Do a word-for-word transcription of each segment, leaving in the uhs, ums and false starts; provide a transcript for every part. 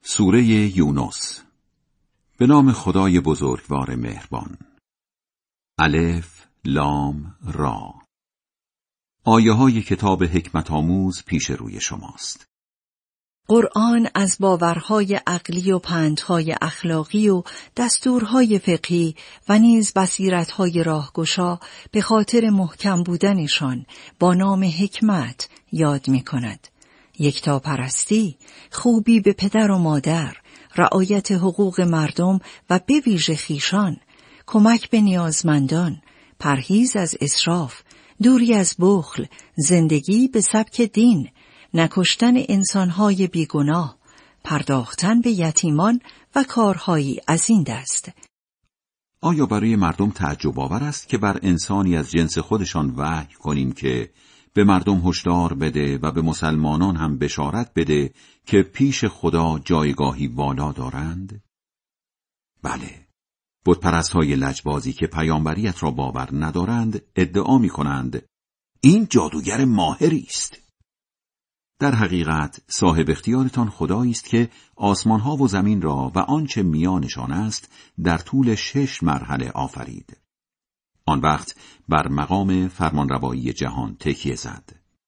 سوره یونس. به نام خدای بزرگوار مهربان. الف لام را. آیه های کتاب حکمت آموز پیش روی شماست. قرآن از باورهای عقلی و پندهای اخلاقی و دستورهای فقهی و نیز بصیرتهای راهگشا به خاطر محکم بودنشان با نام حکمت یاد می کند. یکتاپرستی، خوبی به پدر و مادر، رعایت حقوق مردم و به ویژه خویشان، کمک به نیازمندان، پرهیز از اسراف، دوری از بخل، زندگی به سبک دین، نکشتن انسانهای بیگناه، پرداختن به یتیمان و کارهایی از این دست. آیا برای مردم تعجب آور است که بر انسانی از جنس خودشان وحی کنیم که به مردم هشدار بده و به مسلمانان هم بشارت بده که پیش خدا جایگاهی والا دارند؟ بله، بتپرست‌های لجبازی که پیامبریت را باور ندارند ادعا می‌کنند این جادوگر ماهری است. در حقیقت صاحب اختیارتان خدایی است که آسمان‌ها و زمین را و آنچه میانشان است در طول شش مرحله آفرید. آن وقت بر مقام فرمانروایی جهان تکیه زد.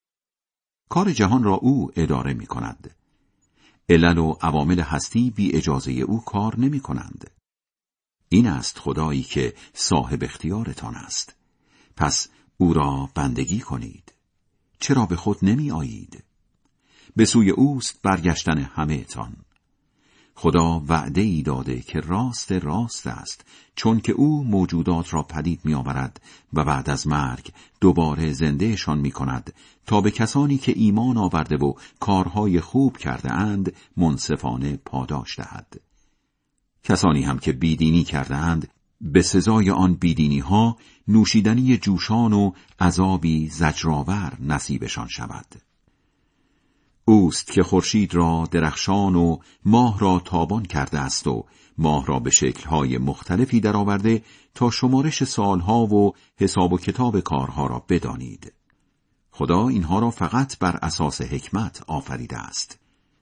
کار جهان را او اداره می کند. علل و عوامل هستی بی اجازه او کار نمی کنند. این است خدایی که صاحب اختیارتان است. پس او را بندگی کنید. چرا به خود نمی آیید؟ به سوی اوست برگشتن همه تان. خدا وعده ای داده که راست راست است، چون که او موجودات را پدید می آورد و بعد از مرگ دوباره زندهشان می کند تا به کسانی که ایمان آورده و کارهای خوب کرده اند منصفانه پاداش دهد. کسانی هم که بیدینی کرده اند به سزای آن بیدینی ها نوشیدنی جوشان و عذابی زجرآور نصیبشان شود. اوست که خورشید را درخشان و ماه را تابان کرده است و ماه را به شکل‌های مختلفی درآورده تا شمارش سالها و حساب و کتاب کارها را بدانید. خدا اینها را فقط بر اساس حکمت آفریده است.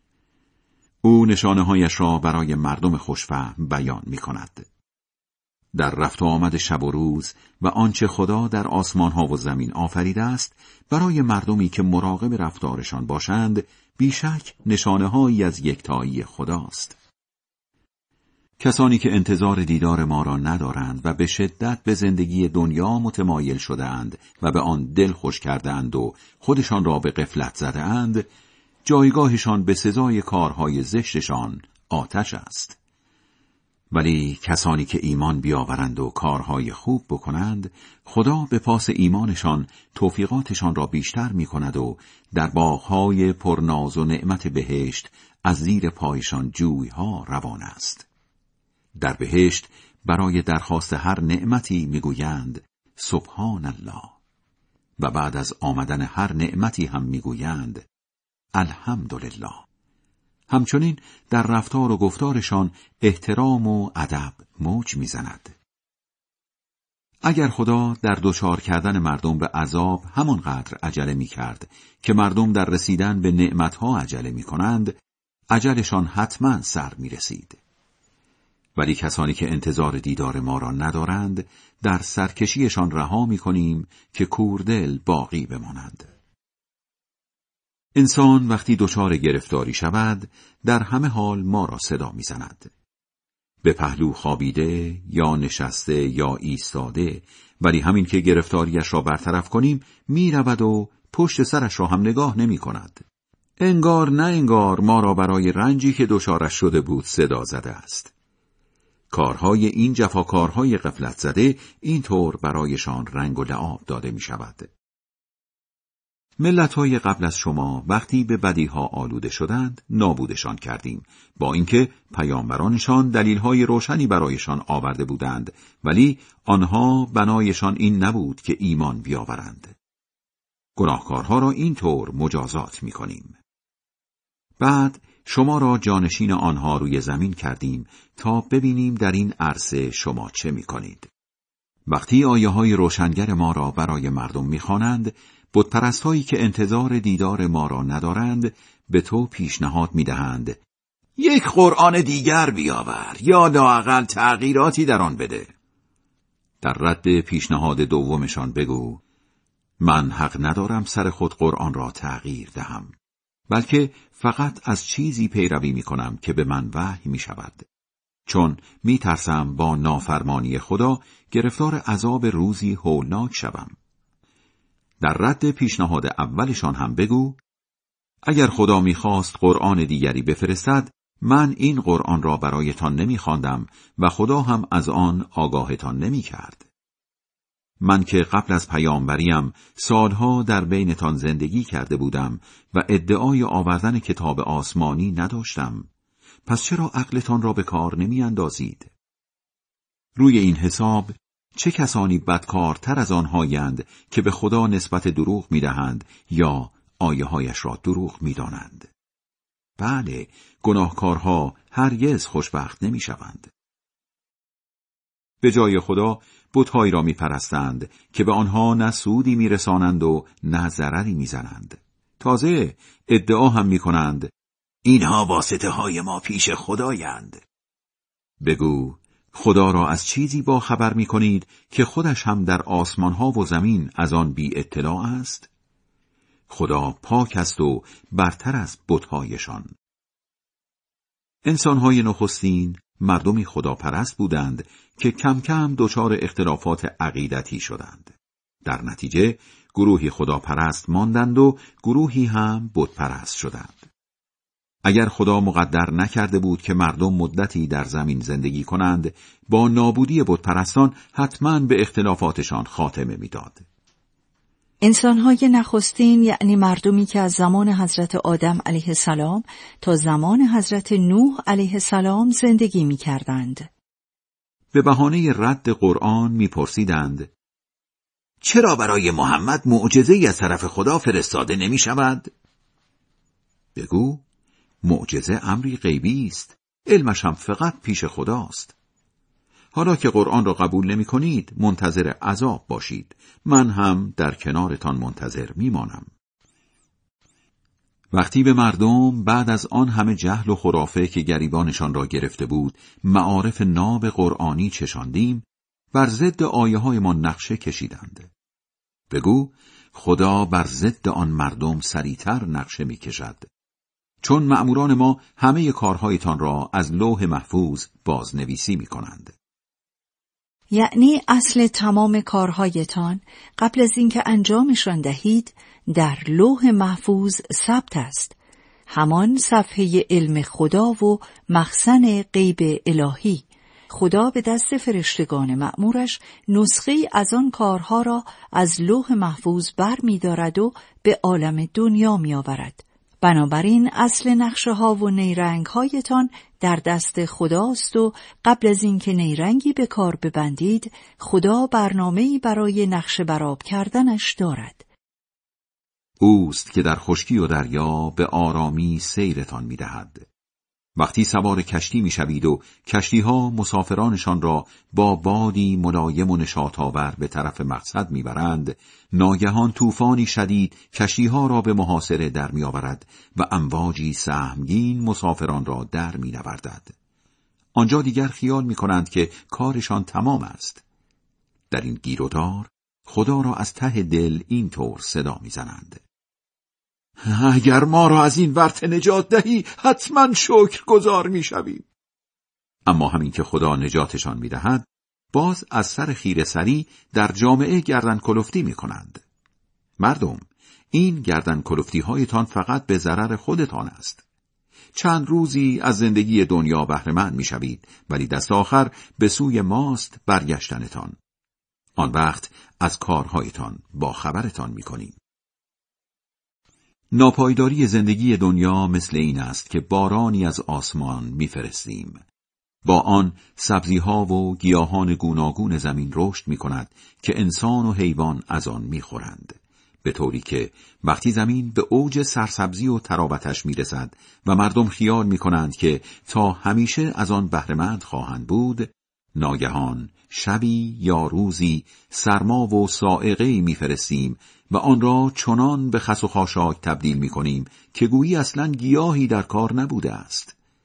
او نشانه‌هایش را برای مردم خوشفهم بیان می‌کند. در رفت و آمد شب و روز و آنچه خدا در آسمان‌ها و زمین آفریده است برای مردمی که مراقب رفتارشان باشند بیشک نشانه‌هایی از یکتایی خداست. کسانی که انتظار دیدار ما را ندارند و به شدت به زندگی دنیا متمایل شده‌اند و به آن دل خوش کرده‌اند و خودشان را به غفلت زده‌اند، جایگاهشان به سزای کارهای زشتشان آتش است. ولی کسانی که ایمان بیاورند و کارهای خوب بکنند، خدا به پاس ایمانشان توفیقاتشان را بیشتر می کند و در باغهای پرناز و نعمت بهشت از زیر پایشان جویها روان است. در بهشت برای درخواست هر نعمتی می گویند سبحان الله و بعد از آمدن هر نعمتی هم می گویند الحمدلله. همچنین در رفتار و گفتارشان احترام و ادب موج میزند. اگر خدا در دچار کردن مردم به عذاب همانقدر عجله میکرد که مردم در رسیدن به نعمتها عجله میکنند، اجلشان حتما سر میرسید. ولی کسانی که انتظار دیدار ما را ندارند، در سرکشیشان رها میکنیم که کوردل باقی بمانند. انسان وقتی دچار گرفتاری شود در همه حال ما را صدا میزند. به پهلو خوابیده یا نشسته یا ایستاده، ولی همین که گرفتاریش را برطرف کنیم می رود و پشت سرش را هم نگاه نمی کند. انگار نه انگار ما را برای رنجی که دچارش شده بود صدا زده است. کارهای این جفاکارهای غفلت زده اینطور برایشان رنگ و لعاب داده می شود. ملت‌های قبل از شما وقتی به بدیها آلوده شدند نابودشان کردیم، با اینکه پیامبرانشان دلیل‌های روشنی برایشان آورده بودند، ولی آنها بنایشان این نبود که ایمان بیاورند. گناهکارها را اینطور مجازات می‌کنیم. بعد شما را جانشین آنها روی زمین کردیم تا ببینیم در این عرصه شما چه می‌کنید. وقتی آیه‌های روشنگر ما را برای مردم می‌خوانند، بتپرست‌هایی که انتظار دیدار ما را ندارند به تو پیشنهاد می‌دهند یک قرآن دیگر بیاور یا لااقل تغییراتی در آن بده. در رد پیشنهاد دومشان بگو من حق ندارم سر خود قرآن را تغییر دهم، بلکه فقط از چیزی پیروی می کنم که به من وحی می شود، چون می ترسم با نافرمانی خدا گرفتار عذاب روزی هولناک شوم. در رد پیشنهاد اولشان هم بگو اگر خدا می خواست قرآن دیگری بفرستد، من این قرآن را برایتان نمی خواندم و خدا هم از آن آگاهتان نمی کرد. من که قبل از پیامبریم سالها در بینتان زندگی کرده بودم و ادعای آوردن کتاب آسمانی نداشتم، پس چرا عقلتان را به کار نمی اندازید؟ روی این حساب چه کسانی بدکارتر از آنهایند که به خدا نسبت دروغ می دهند یا آیه هایش را دروغ می دانند؟ بله، گناهکارها هرگز خوشبخت نمی شوند. به جای خدا بت‌هایی را می پرستند که به آنها نه سودی می رسانند و نه ضرری می زنند. تازه ادعا هم می کنند اینها واسطه های ما پیش خدایند. بگو خدا را از چیزی با خبر می کنید که خودش هم در آسمان ها و زمین از آن بی اطلاع است؟ خدا پاک است و برتر از بت‌هایشان. انسان‌های نخستین مردمی خداپرست بودند که کم کم دچار اختلافات عقیدتی شدند. در نتیجه گروهی خداپرست ماندند و گروهی هم بت‌پرست شدند. اگر خدا مقدر نکرده بود که مردم مدتی در زمین زندگی کنند، با نابودی بت‌پرستان حتماً به اختلافاتشان خاتمه می‌داد. انسان‌های نخستین یعنی مردمی که از زمان حضرت آدم علیه السلام تا زمان حضرت نوح علیه السلام زندگی می‌کردند. به بهانه رد قرآن می‌پرسیدند چرا برای محمد معجزه‌ای از طرف خدا فرستاده نمی‌شود؟ بگو معجزه امری غیبی است، علمش هم فقط پیش خداست. حالا که قرآن را قبول نمی کنید، منتظر عذاب باشید. من هم در کنارتان منتظر می مانم. وقتی به مردم بعد از آن همه جهل و خرافه که گریبانشان را گرفته بود، معارف ناب قرآنی چشاندیم، بر ضد آیه های ما نقشه کشیدند. بگو خدا بر ضد آن مردم سریعتر نقشه می کشد، چون مأموران ما همه کارهایتان را از لوح محفوظ بازنویسی می کنند. یعنی اصل تمام کارهایتان قبل از اینکه انجامشان دهید در لوح محفوظ ثبت است، همان صفحه علم خدا و مخزن غیب الهی. خدا به دست فرشتگان مأمورش نسخه‌ای از آن کارها را از لوح محفوظ بر می دارد و به عالم دنیا می آورد. بنابراین اصل نقشه ها و نیرنگ هایتان در دست خداست و قبل از اینکه نیرنگی به کار ببندید، خدا برنامه‌ای برای نقشه برآب کردنش دارد. اوست که در خشکی و دریا به آرامی سیرتان می دهد. وقتی سوار کشتی می شوید و کشتی ها مسافرانشان را با بادی ملایم و نشاط‌آور به طرف مقصد می برند، ناگهان طوفانی شدید کشتی ها را به محاصره در می آورد و امواجی سهمگین مسافران را در می نوردد. آنجا دیگر خیال می کنند که کارشان تمام است. در این گیرودار خدا را از ته دل این طور صدا می زنند: اگر ما را از این ورطه نجات دهی حتما شکرگزار می شویم. اما همین که خدا نجاتشان می دهد، باز از سر خیره سری در جامعه گردن کلفتی می کنند. مردم، این گردن کلفتی هایتان فقط به ضرر خودتان است. چند روزی از زندگی دنیا بهره مند می شوید، ولی دست آخر به سوی ماست برگشتنتان. آن وقت از کارهایتان با خبرتان می کنیم. ناپایداری زندگی دنیا مثل این است که بارانی از آسمان می‌فرستیم. با آن سبزی‌ها و گیاهان گوناگون زمین رشد می‌کند که انسان و حیوان از آن می‌خورند، به طوری که وقتی زمین به اوج سرسبزی و تراوتش می‌رسد و مردم خیال می‌کنند که تا همیشه از آن بهره‌مند خواهند بود، ناگهان شبی یا روزی سرما و صاعقه‌ای می‌فرستیم و آن را چنان به خس و خاشاک تبدیل می‌کنیم که گویی اصلاً گیاهی در کار نبوده است.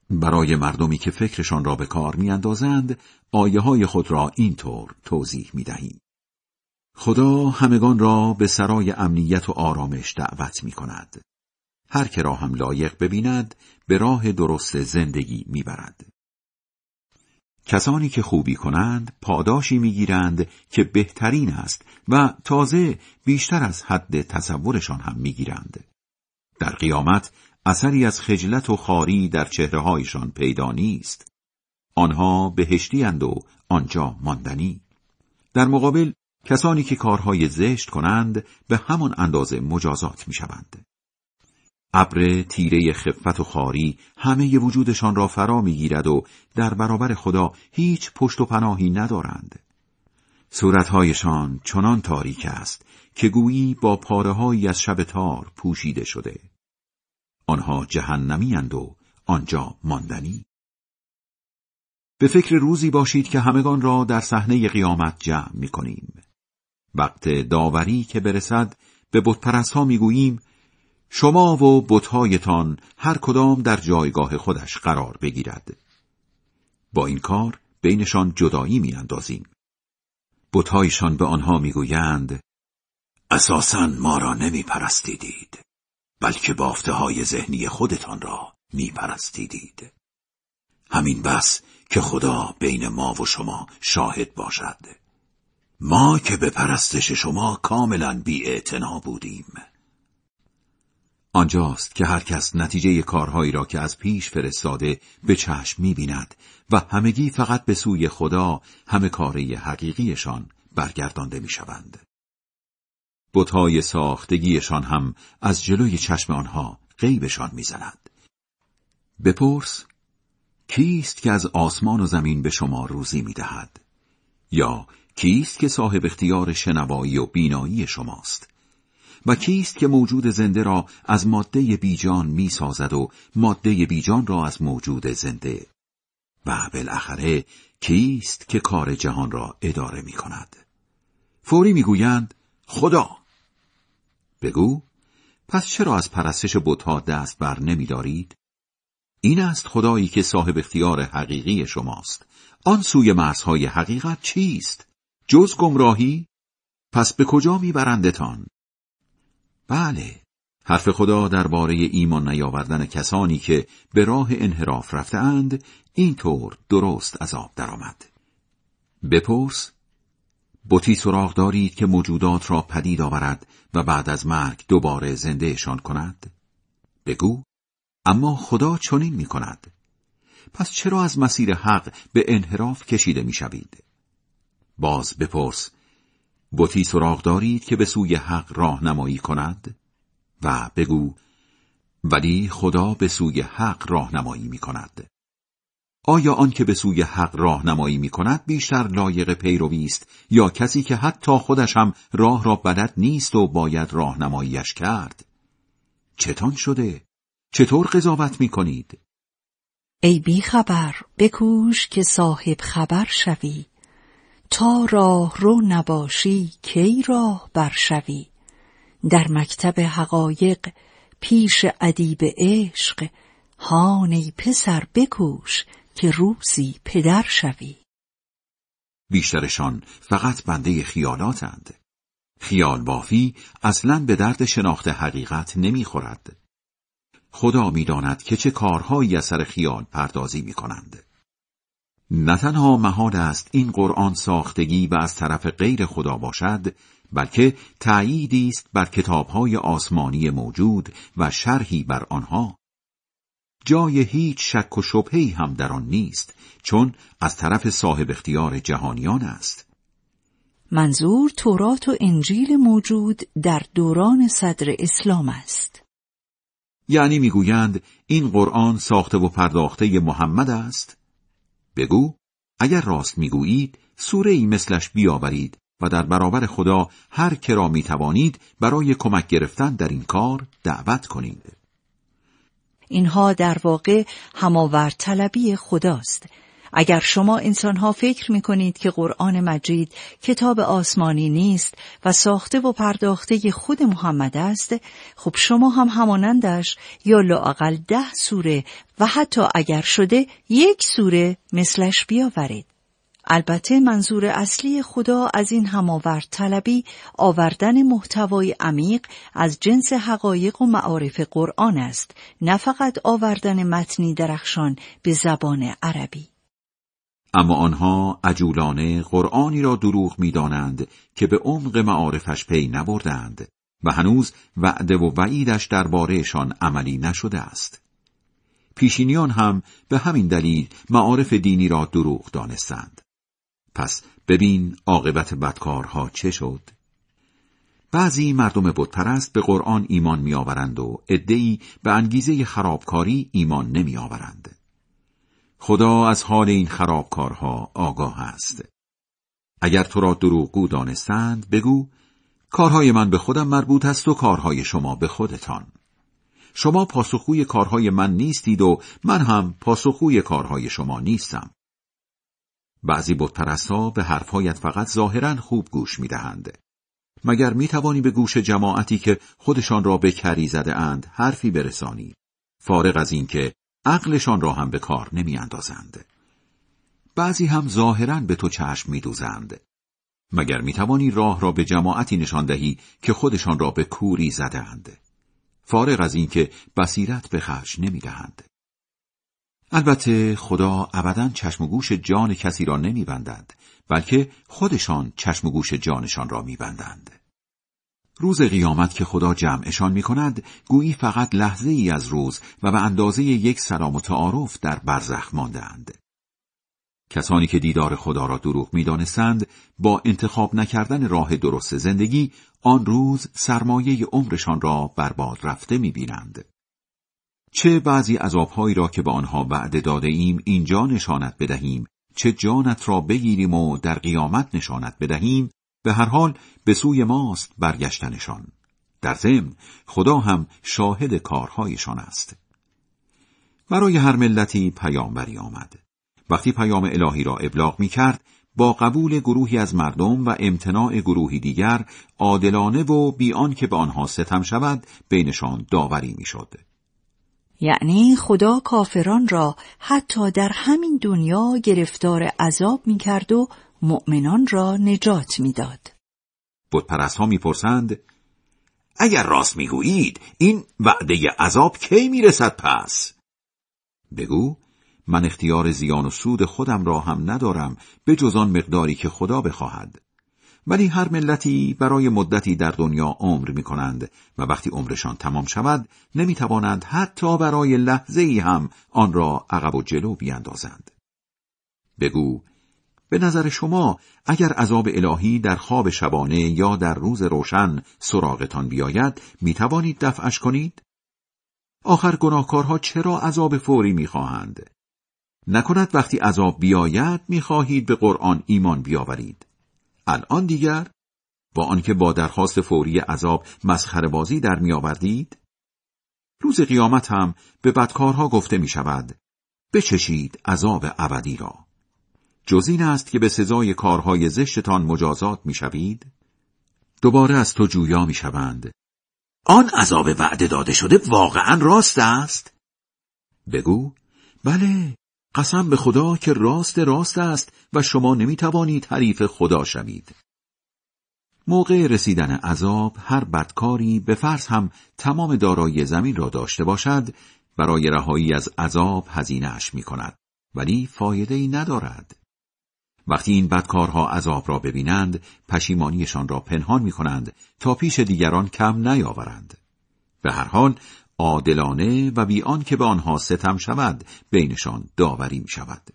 برای مردمی که فکرشان را به کار می‌اندازند، آیه‌های خود را اینطور توضیح می‌دهیم. خدا همگان را به سرای امنیت و آرامش دعوت می‌کند. هر که را هم لایق ببیند به راه درست زندگی می‌برد. کسانی که خوبی کنند پاداشی می‌گیرند که بهترین است و تازه بیشتر از حد تصورشان هم می‌گیرند. در قیامت اثری از خجلت و خواری در چهره‌هایشان پیدا نیست. آنها بهشتی اند و آنجا ماندنی. در مقابل کسانی که کارهای زشت کنند به همان اندازه مجازات می‌شوند. ابر تیره خفت و خواری همه وجودشان را فرا می‌گیرد و در برابر خدا هیچ پشت و پناهی ندارند. صورت‌هایشان چنان تاریک است که گویی با پاره‌هایی از شب تار پوشیده شده. آنها جهنمی اند و آنجا ماندنی. به فکر روزی باشید که همگان را در صحنه قیامت جمع می‌کنیم. وقت داوری که برسد به بت‌پرست‌ها می‌گوییم شما و بت‌هایتان هر کدام در جایگاه خودش قرار بگیرد. با این کار بینشان جدایی می‌اندازیم. بت‌هایشان به آنها می‌گویند اساساً ما را نمی‌پرستیدید، بلکه بافته‌های ذهنی خودتان را می‌پرستیدید. همین بس که خدا بین ما و شما شاهد باشد. ما که به پرستش شما کاملاً بی‌اعتنا بودیم. آنجاست که هر کس نتیجه کارهایی را که از پیش فرستاده به چشم می‌بیند و همگی فقط به سوی خدا همه کاره حقیقیشان برگردانده می‌شوند. بت‌های ساختگیشان هم از جلوی چشم آنها غیبشان می‌زند. بپرس کیست که از آسمان و زمین به شما روزی می‌دهد؟ یا کیست که صاحب اختیار شنوایی و بینایی شماست؟ و کیست که موجود زنده را از ماده بیجان می سازد و ماده بیجان را از موجود زنده؟ و بالاخره کیست که کار جهان را اداره می کند؟ فوری می گویند خدا. بگو پس چرا از پرستش بت‌ها دست بر نمی دارید؟ این است خدایی که صاحب اختیار حقیقی شماست. آن سوی مرزهای حقیقت چیست؟ جز گمراهی؟ پس به کجا می برندتان؟ بله، حرف خدا درباره ایمان نیاوردن کسانی که به راه انحراف رفته‌اند اینطور درست از آب درآمد. بپرس بتی سراغ دارید که موجودات را پدید آورد و بعد از مرگ دوباره زندهشان کند؟ بگو اما خدا چنین می کند. پس چرا از مسیر حق به انحراف کشیده می شوید؟ باز بپرس بتی سراغ دارید که به سوی حق راهنمایی کند؟ و بگو ولی خدا به سوی حق راهنمایی می کند. آیا آن که به سوی حق راهنمایی می کند بیشتر لایق پیروی است یا کسی که حتی خودش هم راه را بلد نیست و باید راهنماییش کرد؟ چتان شده؟ چطور قضاوت می کنید؟ ای بی خبر بکوش که صاحب خبر شوی، تا راه رو نباشی کی راه برشوی. در مکتب حقایق پیش ادیب عشق، هان ای پسر بکوش که روزی پدر شوی. بیشترشان فقط بنده خیالاتند. خیال بافی اصلاً به درد شناخت حقیقت نمیخورد. خدا میداند که چه کارهایی از سر خیال پردازی میکنند. نه تنها محال است این قرآن ساختگی و از طرف غیر خدا باشد، بلکه تأییدی است بر کتاب‌های آسمانی موجود و شرحی بر آنها. جای هیچ شک و شبهه‌ای هم در آن نیست، چون از طرف صاحب اختیار جهانیان است. منظور تورات و انجیل موجود در دوران صدر اسلام است. یعنی میگویند این قرآن ساخته و پرداخته محمد است؟ بگو اگر راست میگویید سوره‌ای مثلش بیاورید و در برابر خدا هر که را میتوانید برای کمک گرفتن در این کار دعوت کنید. اینها در واقع هماورد طلبی خداست، اگر شما انسانها فکر می‌کنید که قرآن مجید کتاب آسمانی نیست و ساخته و پرداخته خود محمد است، خب شما هم همانندش یا لااقل ده سوره و حتی اگر شده یک سوره مثلش بیاورید. البته منظور اصلی خدا از این هماورد طلبی آوردن محتوای عمیق از جنس حقایق و معارف قرآن است، نه فقط آوردن متنی درخشان به زبان عربی. اما آنها عجولانه قرآنی را دروغ می‌دانند که به عمق معارفش پی نبردند و هنوز وعده و وعیدش درباره‌شان عملی نشده است. پیشینیان هم به همین دلیل معارف دینی را دروغ دانستند. پس ببین عاقبت بدکارها چه شد؟ بعضی مردم بتپرست به قرآن ایمان می‌آورند و عده‌ای به انگیزه خرابکاری ایمان نمی‌آورند. خدا از حال این خرابکارها آگاه است. اگر تو را دروغگو دانستند بگو کارهای من به خودم مربوط است و کارهای شما به خودتان. شما پاسخگوی کارهای من نیستید و من هم پاسخگوی کارهای شما نیستم. بعضی بتپرست‌ها به حرفهایت فقط ظاهراً خوب گوش می‌دهند. مگر می‌توانی به گوش جماعتی که خودشان را به کری زده اند حرفی برسانی، فارغ از این که عقلشان را هم به کار نمی‌اندازند. بعضی هم ظاهراً به تو چشم می‌دوزند. مگر می‌توانی راه را به جماعتی نشان دهی که خودشان را به کوری زده‌اند، فارغ از این که بصیرت به خرج نمی‌دهند. البته خدا ابداً چشم و گوش جان کسی را نمی‌بندد، بلکه خودشان چشم و گوش جانشان را می‌بندند. روز قیامت که خدا جمعشان می‌کند، گویی فقط لحظه ای از روز و به اندازه یک سلام و تعارف در برزخ مانده‌اند. کسانی که دیدار خدا را دروغ می‌دانستند، با انتخاب نکردن راه درست زندگی، آن روز سرمایه عمرشان را برباد رفته می‌بینند. چه بعضی عذاب‌هایی را که به آنها وعده داده ایم اینجا نشانت بدهیم، چه جانت را بگیریم و در قیامت نشانت بدهیم، به هر حال به سوی ماست برگشتنشان. در ضمن خدا هم شاهد کارهایشان است. برای هر ملتی پیامبری آمد. وقتی پیام الهی را ابلاغ می کرد، با قبول گروهی از مردم و امتناع گروهی دیگر، عادلانه و بی آنکه به آنها ستم شود بینشان داوری می شد. یعنی خدا کافران را حتی در همین دنیا گرفتار عذاب می کرد و مؤمنان را نجات می داد. بتپرست ها می پرسند اگر راست می گویید این وعده عذاب کی می رسد پس؟ بگو من اختیار زیان و سود خودم را هم ندارم به جز آن مقداری که خدا بخواهد. ولی هر ملتی برای مدتی در دنیا عمر می کنند و وقتی عمرشان تمام شود نمی توانند حتی برای لحظه‌ای هم آن را عقب و جلو بیاندازند. بگو به نظر شما اگر عذاب الهی در خواب شبانه یا در روز روشن سراغتان بیاید می توانید دفعش کنید؟ آخر گناهکارها چرا عذاب فوری می خواهند؟ نکند وقتی عذاب بیاید می خواهید به قرآن ایمان بیاورید. الان دیگر با آنکه با درخواست فوری عذاب مسخره بازی در می آوردید؟ روز قیامت هم به بدکارها گفته می شود بچشید عذاب ابدی را. جز این است که به سزای کارهای زشتتان مجازات می شوید؟ دوباره از تو جویا می شوند آن عذاب وعده داده شده واقعا راست است؟ بگو بله، قسم به خدا که راست راست است و شما نمی توانید حریف خدا شوید. موقع رسیدن عذاب هر بدکاری به فرض هم تمام دارایی زمین را داشته باشد برای رهایی از عذاب هزینه اش می کند، ولی فایده ای ندارد. وقتی این بدکارها عذاب را ببینند پشیمانیشان را پنهان می کنند تا پیش دیگران کم نیاورند. به هر حال عادلانه و بی آن که به آنها ستم شود بینشان داوری می شود.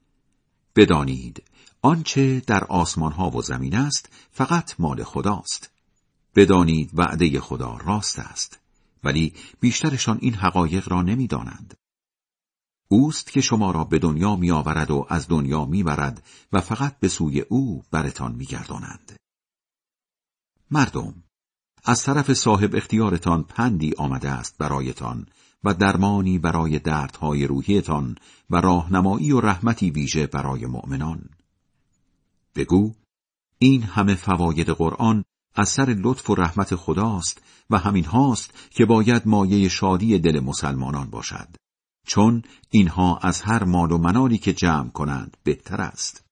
بدانید آنچه در آسمان ها و زمین است فقط مال خداست. بدانید وعده خدا راست است، ولی بیشترشان این حقایق را نمی دانند. اوست که شما را به دنیا می آورد و از دنیا می برد و فقط به سوی او برتان می گردانند. مردم، از طرف صاحب اختیارتان پندی آمده است برایتان و درمانی برای دردهای روحیتان و راهنمایی و رحمتی ویژه برای مؤمنان. بگو این همه فواید قرآن از سر لطف و رحمت خداست و همین هاست که باید مایه شادی دل مسلمانان باشد، چون اینها از هر مال و منالی که جمع کنند بهتر است.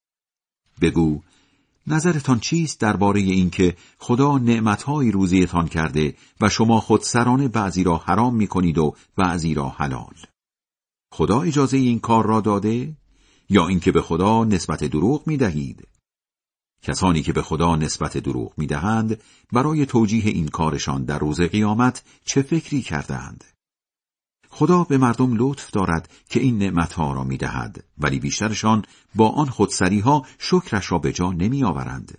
بگو نظرتان چیست درباره این که خدا نعمتهای روزیتان کرده و شما خودسرانه بعضی را حرام می کنید و بعضی را حلال؟ خدا اجازه این کار را داده یا اینکه به خدا نسبت دروغ می دهید؟ کسانی که به خدا نسبت دروغ می دهند برای توجیه این کارشان در روز قیامت چه فکری کردند؟ خدا به مردم لطف دارد که این نعمتها را می دهد، ولی بیشترشان با آن خودسریها شکرش را به جا نمی آورند.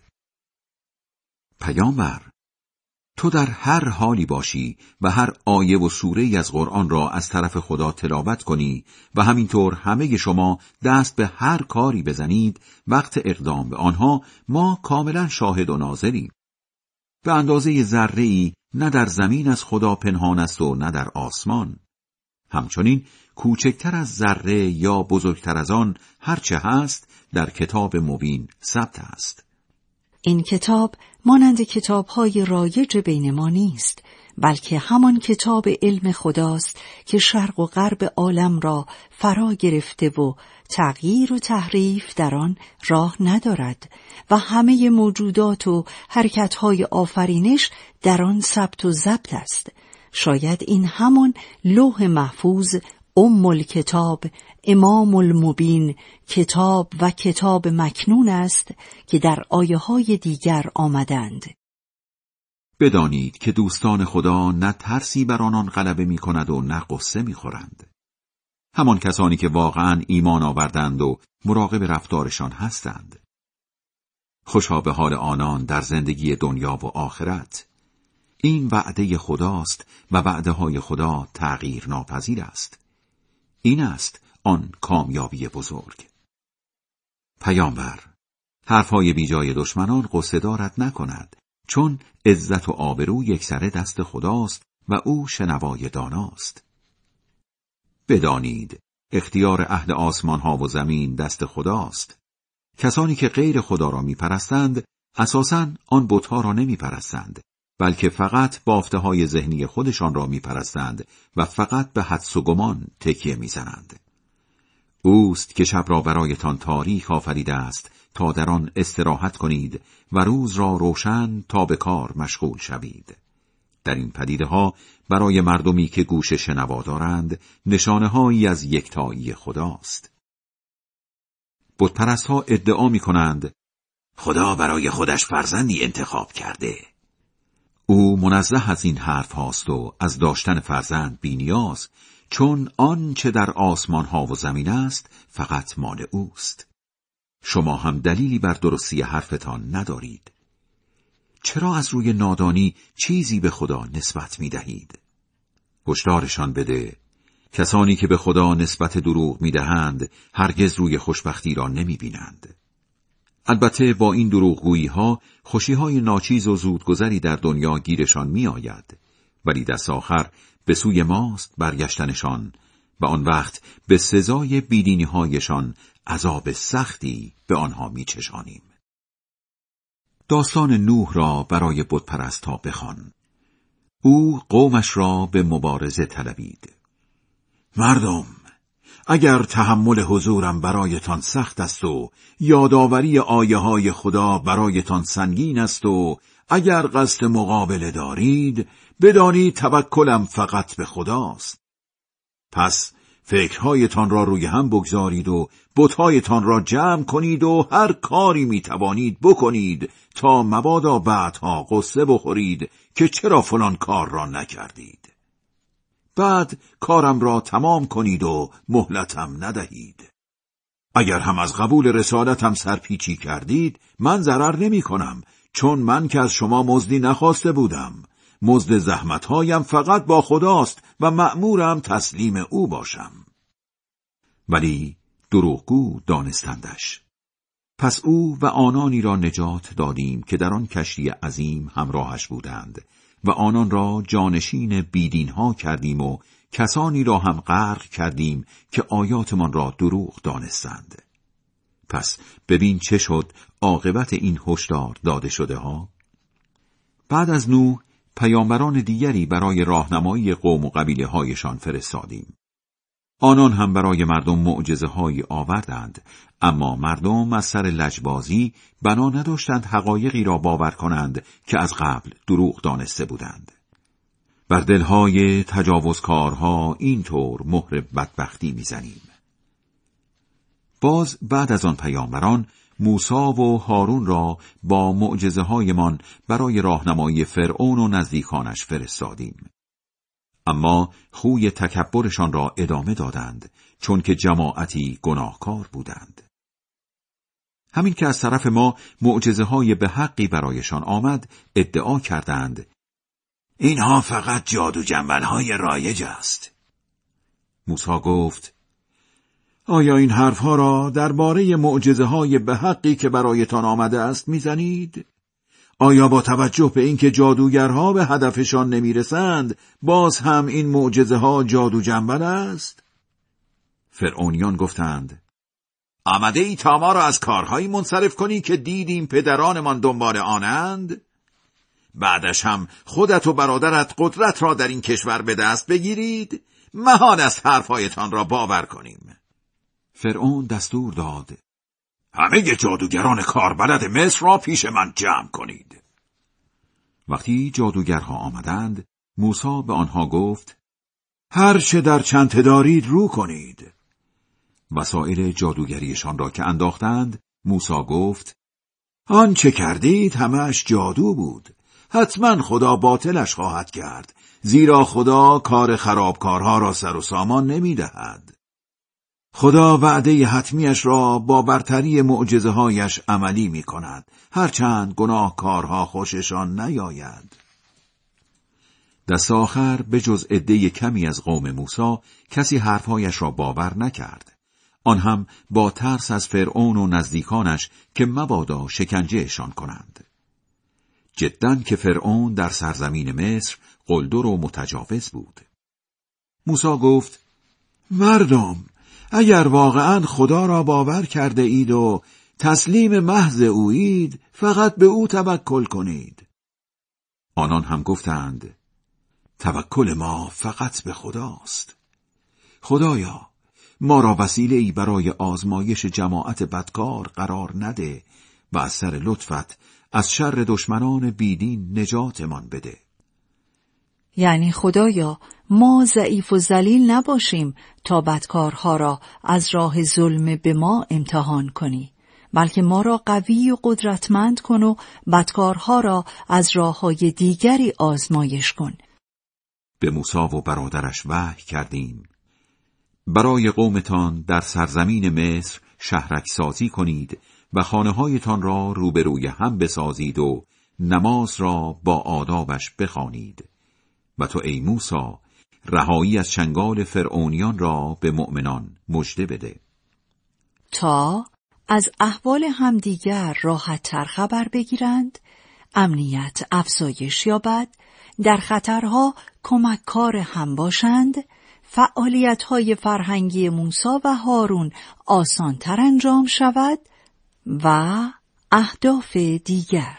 پیامبر، تو در هر حالی باشی و هر آیه و سوره از قرآن را از طرف خدا تلاوت کنی و همینطور همه شما دست به هر کاری بزنید، وقت اقدام به آنها ما کاملا شاهد و ناظریم. به اندازه ذره‌ای نه در زمین از خدا پنهان است و نه در آسمان. همچنین کوچکتر از ذره یا بزرگتر از آن هرچه هست در کتاب مبین ثبت است. این کتاب مانند کتاب‌های رایج بین ما نیست، بلکه همان کتاب علم خداست که شرق و غرب عالم را فرا گرفته و تغییر و تحریف در آن راه ندارد و همه موجودات و حرکت‌های آفرینش در آن ثبت و ضبط است. شاید این همان لوح محفوظ، ام الکتاب، امام المبین، کتاب و کتاب مکنون است که در آیه‌های دیگر آمدند. بدانید که دوستان خدا نه ترسی بر آنان غلبه می کند و نه غصه می خورند. همان کسانی که واقعا ایمان آوردند و مراقب رفتارشان هستند. خوشا به حال آنان در زندگی دنیا و آخرت. این وعده خداست و وعده های خدا تغییر ناپذیر است. این است آن کامیابی بزرگ. پیامبر، حرفهای بیجای دشمنان غصه دارت نکند، چون عزت و آبرو یکسره دست خداست و او شنوای داناست. بدانید اختیار اهل آسمان ها و زمین دست خداست. کسانی که غیر خدا را می پرستند اساساً آن بت‌ها را نمی پرستند، بلکه فقط بافته های ذهنی خودشان را می پرستند و فقط به حدس و گمان تکیه می زنند. اوست که شب را برایتان تاریک آفریده است تا در آن استراحت کنید و روز را روشن تا به کار مشغول شوید. در این پدیده ها برای مردمی که گوش شنوا دارند نشانه هایی از یکتایی خداست. بت پرست ها ادعا می کنند خدا برای خودش فرزندی انتخاب کرده. او منزه از این حرف هاست و از داشتن فرزند بی‌نیاز، چون آن چه در آسمان ها و زمین است فقط مال اوست. شما هم دلیلی بر درستی حرفتان ندارید. چرا از روی نادانی چیزی به خدا نسبت می دهید؟ هشدارشان بده، کسانی که به خدا نسبت دروغ می دهند هرگز روی خوشبختی را نمی بینند. البته با این دروغگویی ها خوشی های ناچیز و زودگذری در دنیا گیرشان می آید، ولی دست آخر به سوی ماست برگشتنشان و آن وقت به سزای بیدینی هایشان عذاب سختی به آنها می چشانیم. داستان نوح را برای بت پرست‌ها بخوان. او قومش را به مبارزه طلبید. مردم، اگر تحمل حضورم برایتان سخت است و یادآوری آیه های خدا برایتان سنگین است و اگر قصد مقابله دارید، بدانید توکلم فقط به خداست. پس فکرهایتان را روی هم بگذارید و بت‌هایتان را جمع کنید و هر کاری می توانید بکنید تا مبادا بعدها قصه بخورید که چرا فلان کار را نکردید. بعد کارم را تمام کنید و مهلتم ندهید. اگر هم از قبول رسالتم سرپیچی کردید، من ضرر نمی کنم، چون من که از شما مزدی نخواسته بودم. مزد زحمتهایم فقط با خداست و مأمورم تسلیم او باشم. ولی دروغگو دانستندش. پس او و آنانی را نجات دادیم که در آن کشتی عظیم همراهش بودند و آنان را جانشین بیدینها کردیم و کسانی را هم غرق کردیم که آیاتمان را دروغ دانستند. پس ببین چه شد عاقبت این هشدار داده شده ها. بعد از نوح پیامبران دیگری برای راهنمایی قوم و قبیله هایشان فرستادیم. آنان هم برای مردم معجزه هایی آوردند، اما مردم از سر لجبازی بنا نداشتند حقایقی را باور کنند که از قبل دروغ دانسته بودند. بر دلهای تجاوزکارها اینطور مهر بدبختی میزنیم. باز بعد از آن پیامبران موسی و هارون را با معجزه هایمان برای راهنمایی فرعون و نزدیکانش فرستادیم. اما خوی تکبرشان را ادامه دادند، چون که جماعتی گناهکار بودند. همین که از طرف ما معجزه های به حقی برایشان آمد، ادعا کردند اینها فقط جادو جنبل های رایج است. موسی گفت آیا این حرفها را درباره معجزه های به حقی که برایتان آمده است میزنید؟ آیا با توجه به اینکه جادوگرها به هدفشان نمیرسند، باز هم این معجزه ها جادو جنبل است؟ فرعونیان گفتند آمده ای تا ما را از کارهایی منصرف کنی که دیدیم پدرانمان دنبال آنند؟ بعدش هم خودت و برادرت قدرت را در این کشور به دست بگیرید؟ محال است حرفهایتان را باور کنیم. فرعون دستور داد همه جادوگران کاربلد مصر را پیش من جمع کنید. وقتی جادوگرها آمدند، موسی به آنها گفت هر چه در چنته دارید رو کنید. وسایل جادوگریشان را که انداختند، موسی گفت آنچه کردید همه‌اش جادو بود. حتما خدا باطلش خواهد کرد، زیرا خدا کار خرابکارها را سر و سامان نمی دهد. خدا وعده حتمیش را با برتری معجزه هایش عملی می کند، هرچند گناهکارها خوششان نیاید. دست آخر به جز عده کمی از قوم موسی کسی حرفهایش را باور نکرد. آن هم با ترس از فرعون و نزدیکانش که مبادا شکنجهشان کنند. جداً که فرعون در سرزمین مصر قلدر و متجاوز بود. موسی گفت مردم، اگر واقعاً خدا را باور کرده اید و تسلیم محض اویید، فقط به او توکل کنید. آنان هم گفتند توکل ما فقط به خداست. خدایا، ما را وسیله‌ای برای آزمایش جماعت بدکار قرار نده و از سر لطفت از شر دشمنان بیدین نجاتمان بده. یعنی خدایا، ما ضعیف و ذلیل نباشیم تا بدکارها را از راه ظلم به ما امتحان کنی، بلکه ما را قوی و قدرتمند کن و بدکارها را از راه‌های دیگری آزمایش کن. به موسی و برادرش وحی کردیم برای قومتان در سرزمین مصر شهرک سازی کنید و خانه‌هایتان را روبروی هم بسازید و نماز را با آدابش بخوانید و تو ای موسی رهایی از چنگال فرعونیان را به مؤمنان مژده بده، تا از احوال همدیگر راحت تر خبر بگیرند، امنیت افزایش یابد، در خطرها کمککار هم باشند، فعالیت‌های فرهنگی موسی و هارون آسان‌تر انجام شود و اهداف دیگر.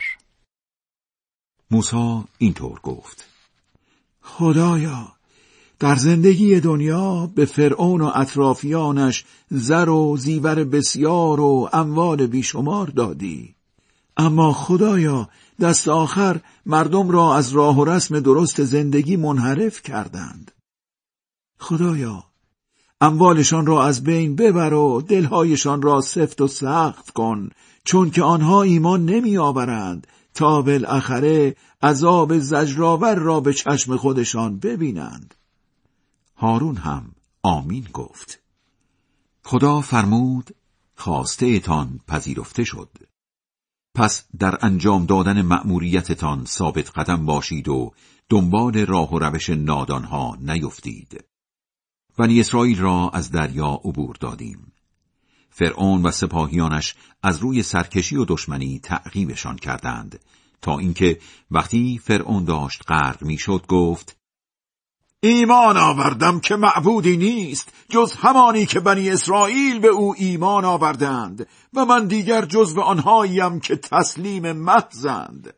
موسی اینطور گفت خدایا، در زندگی دنیا به فرعون و اطرافیانش زر و زیور بسیار و اموال بیشمار دادی، اما خدایا دست آخر مردم را از راه و رسم درست زندگی منحرف کردند. خدایا، اموالشان را از بین ببر و دلهایشان را سفت و سخت کن، چون که آنها ایمان نمی آورند تا بالاخره عذاب زجرآور را به چشم خودشان ببینند. هارون هم آمین گفت. خدا فرمود خواسته تان پذیرفته شد. پس در انجام دادن مأموریتتان ثابت قدم باشید و دنبال راه و روش نادانها نیفتید. بنی اسرائیل را از دریا عبور دادیم. فرعون و سپاهیانش از روی سرکشی و دشمنی تعقیبشان کردند تا اینکه وقتی فرعون داشت غرق میشد گفت ایمان آوردم که معبودی نیست جز همانی که بنی اسرائیل به او ایمان آوردند و من دیگر جزو آنهاییم که تسلیم محضند.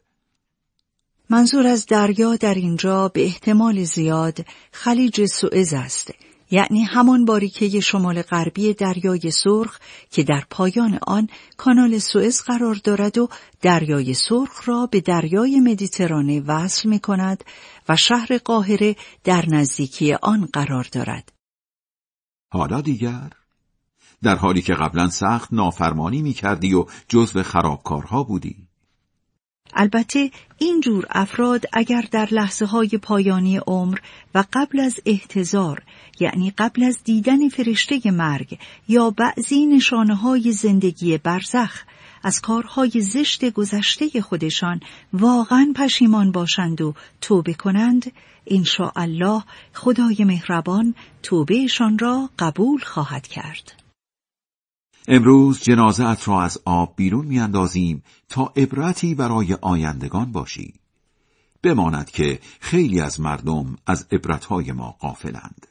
منظور از دریا در اینجا به احتمال زیاد خلیج سوئز است، یعنی همان باریکه شمال غربی دریای سرخ که در پایان آن کانال سوئز قرار دارد و دریای سرخ را به دریای مدیترانه وصل می کند و شهر قاهره در نزدیکی آن قرار دارد. حالا دیگر در حالی که قبلا سخت نافرمانی می کردی و جزو خرابکارها بودی. البته این جور افراد اگر در لحظه های پایانی عمر و قبل از احتضار، یعنی قبل از دیدن فرشته مرگ یا بعضی نشانه های زندگی برزخ از کارهای زشت گذشته خودشان واقعا پشیمان باشند و توبه کنند، انشاءالله خدای مهربان توبهشان را قبول خواهد کرد. امروز جنازه ات را از آب بیرون میاندازیم تا عبرتی برای آیندگان باشی. بماند که خیلی از مردم از عبرتهای ما غافلند.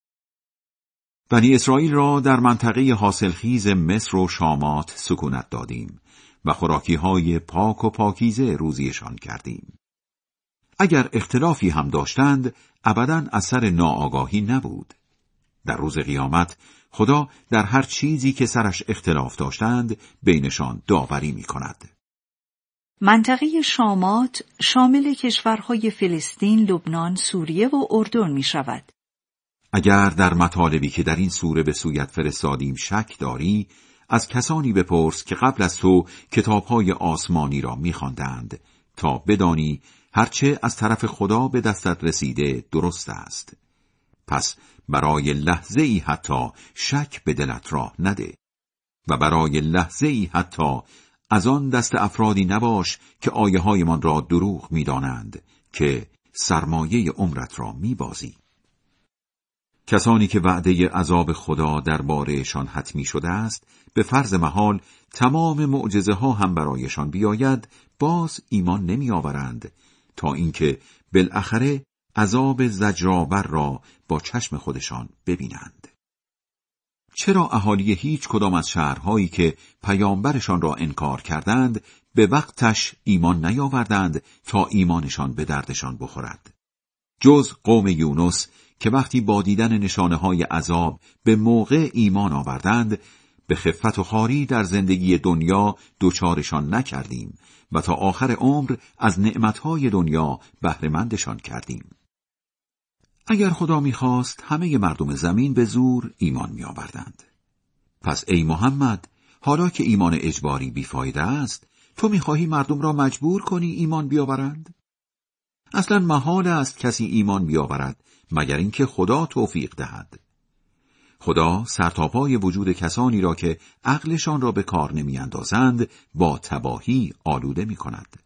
بنی اسرائیل را در منطقه حاصلخیز مصر و شامات سکونت دادیم و خوراکی‌های پاک و پاکیزه روزیشان کردیم. اگر اختلافی هم داشتند، ابداً اثر ناآگاهی نبود. در روز قیامت خدا در هر چیزی که سرش اختلاف داشتند بینشان داوری می کند. منطقه شامات شامل کشورهای فلسطین، لبنان، سوریه و اردن می شود. اگر در مطالبی که در این سوره به سویت فرستادیم شک داری، از کسانی بپرس که قبل از تو کتابهای آسمانی را می خواندند تا بدانی هرچه از طرف خدا به دستت رسیده درست است. پس برای لحظه ای حتی شک به دلت راه نده و برای لحظه ای حتی از آن دست افرادی نباش که آیه های من را دروغ می دانند که سرمایه عمرت را می بازی. کسانی که وعده عذاب خدا درباره‌شان حتمی شده است، به فرض محال تمام معجزه ها هم برایشان بیاید، باز ایمان نمی آورند تا اینکه بالاخره عذاب زجرآور را با چشم خودشان ببینند. چرا اهالی هیچ کدام از شهرهایی که پیامبرشان را انکار کردند به وقتش ایمان نیاوردند تا ایمانشان به دردشان بخورد؟ جز قوم یونس که وقتی با دیدن نشانه های عذاب به موقع ایمان آوردند، به خفت و خواری در زندگی دنیا دوچارشان نکردیم و تا آخر عمر از نعمتهای دنیا بهره‌مندشان کردیم. اگر خدا می‌خواست همه مردم زمین به زور ایمان می‌آوردند. پس ای محمد، حالا که ایمان اجباری بیفایده است، تو می‌خواهی مردم را مجبور کنی ایمان بیاورند؟ اصلا محال است کسی ایمان بیاورد مگر اینکه خدا توفیق دهد. خدا سرتاپای وجود کسانی را که عقلشان را به کار نمی‌اندازند با تباهی آلوده می‌کند.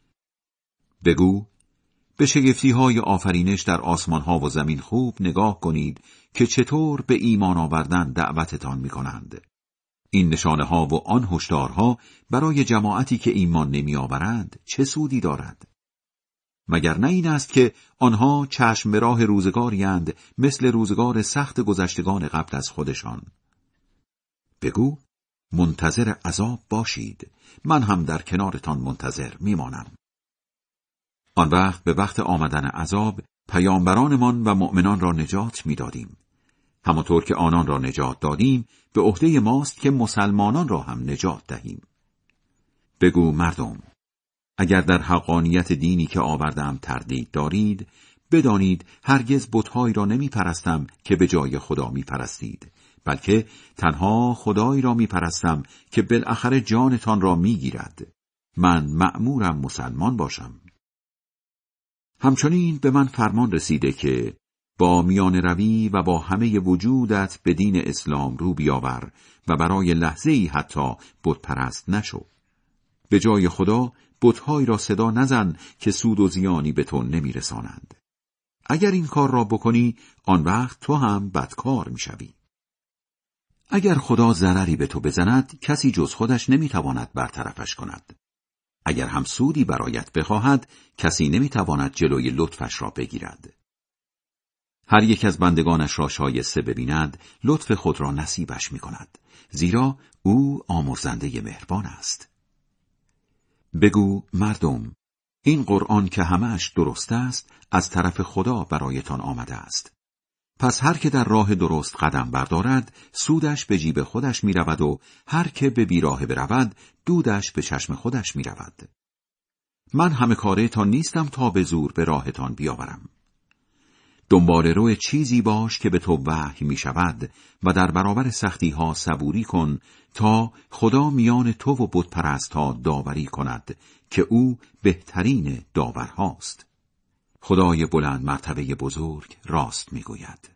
بگو به شگفتی‌های آفرینش در آسمان‌ها و زمین خوب نگاه کنید که چطور به ایمان آوردن دعوتتان می‌کنند. این نشانه‌ها و آن هشدارها برای جماعتی که ایمان نمی‌آورند چه سودی دارد؟ مگر نه این است که آنها چشم به راه روزگاری‌اند مثل روزگار سخت گذشتگان قبل از خودشان. بگو منتظر عذاب باشید، من هم در کنارتان منتظر میمانم. آن وقت به وقت آمدن عذاب پیامبرانمان و مؤمنان را نجات میدادیم. همانطور که آنان را نجات دادیم به عهده ماست که مسلمانان را هم نجات دهیم. بگو مردم، اگر در حقانیت دینی که آوردم تردید دارید، بدانید هرگز بت‌هایی را نمی پرستم که به جای خدا می پرستید، بلکه تنها خدایی را می پرستم که بالاخره جانتان را می گیرد. من مأمورم مسلمان باشم. همچنین به من فرمان رسیده که با میان روی و با همه وجودت به دین اسلام رو بیاور و برای لحظه ای حتی بت پرست نشو. به جای خدا بت‌هایی را صدا نزن که سود و زیانی به تو نمی‌رسانند. اگر این کار را بکنی، آن وقت تو هم بدکار می‌شوی. اگر خدا ضرری به تو بزند، کسی جز خودش نمی‌تواند برطرفش کند. اگر هم سودی برایت بخواهد، کسی نمی‌تواند جلوی لطفش را بگیرد. هر یک از بندگانش را شایسته ببیند، لطف خود را نصیبش می کند، زیرا او آمرزنده مهربان است. بگو مردم، این قرآن که همه‌اش درست است، از طرف خدا برایتان آمده است. پس هر که در راه درست قدم بردارد، سودش به جیب خودش می رود و هر که به بیراه برود، دودش به چشم خودش می رود. من همه کاره تان نیستم تا به زور به راهتان بیاورم. دنبال رو چیزی باش که به تو وحی می شود و در برابر سختی ها صبوری کن تا خدا میان تو و بت پرست ها داوری کند که او بهترین داورهاست. خدای بلند مرتبه بزرگ راست می گوید.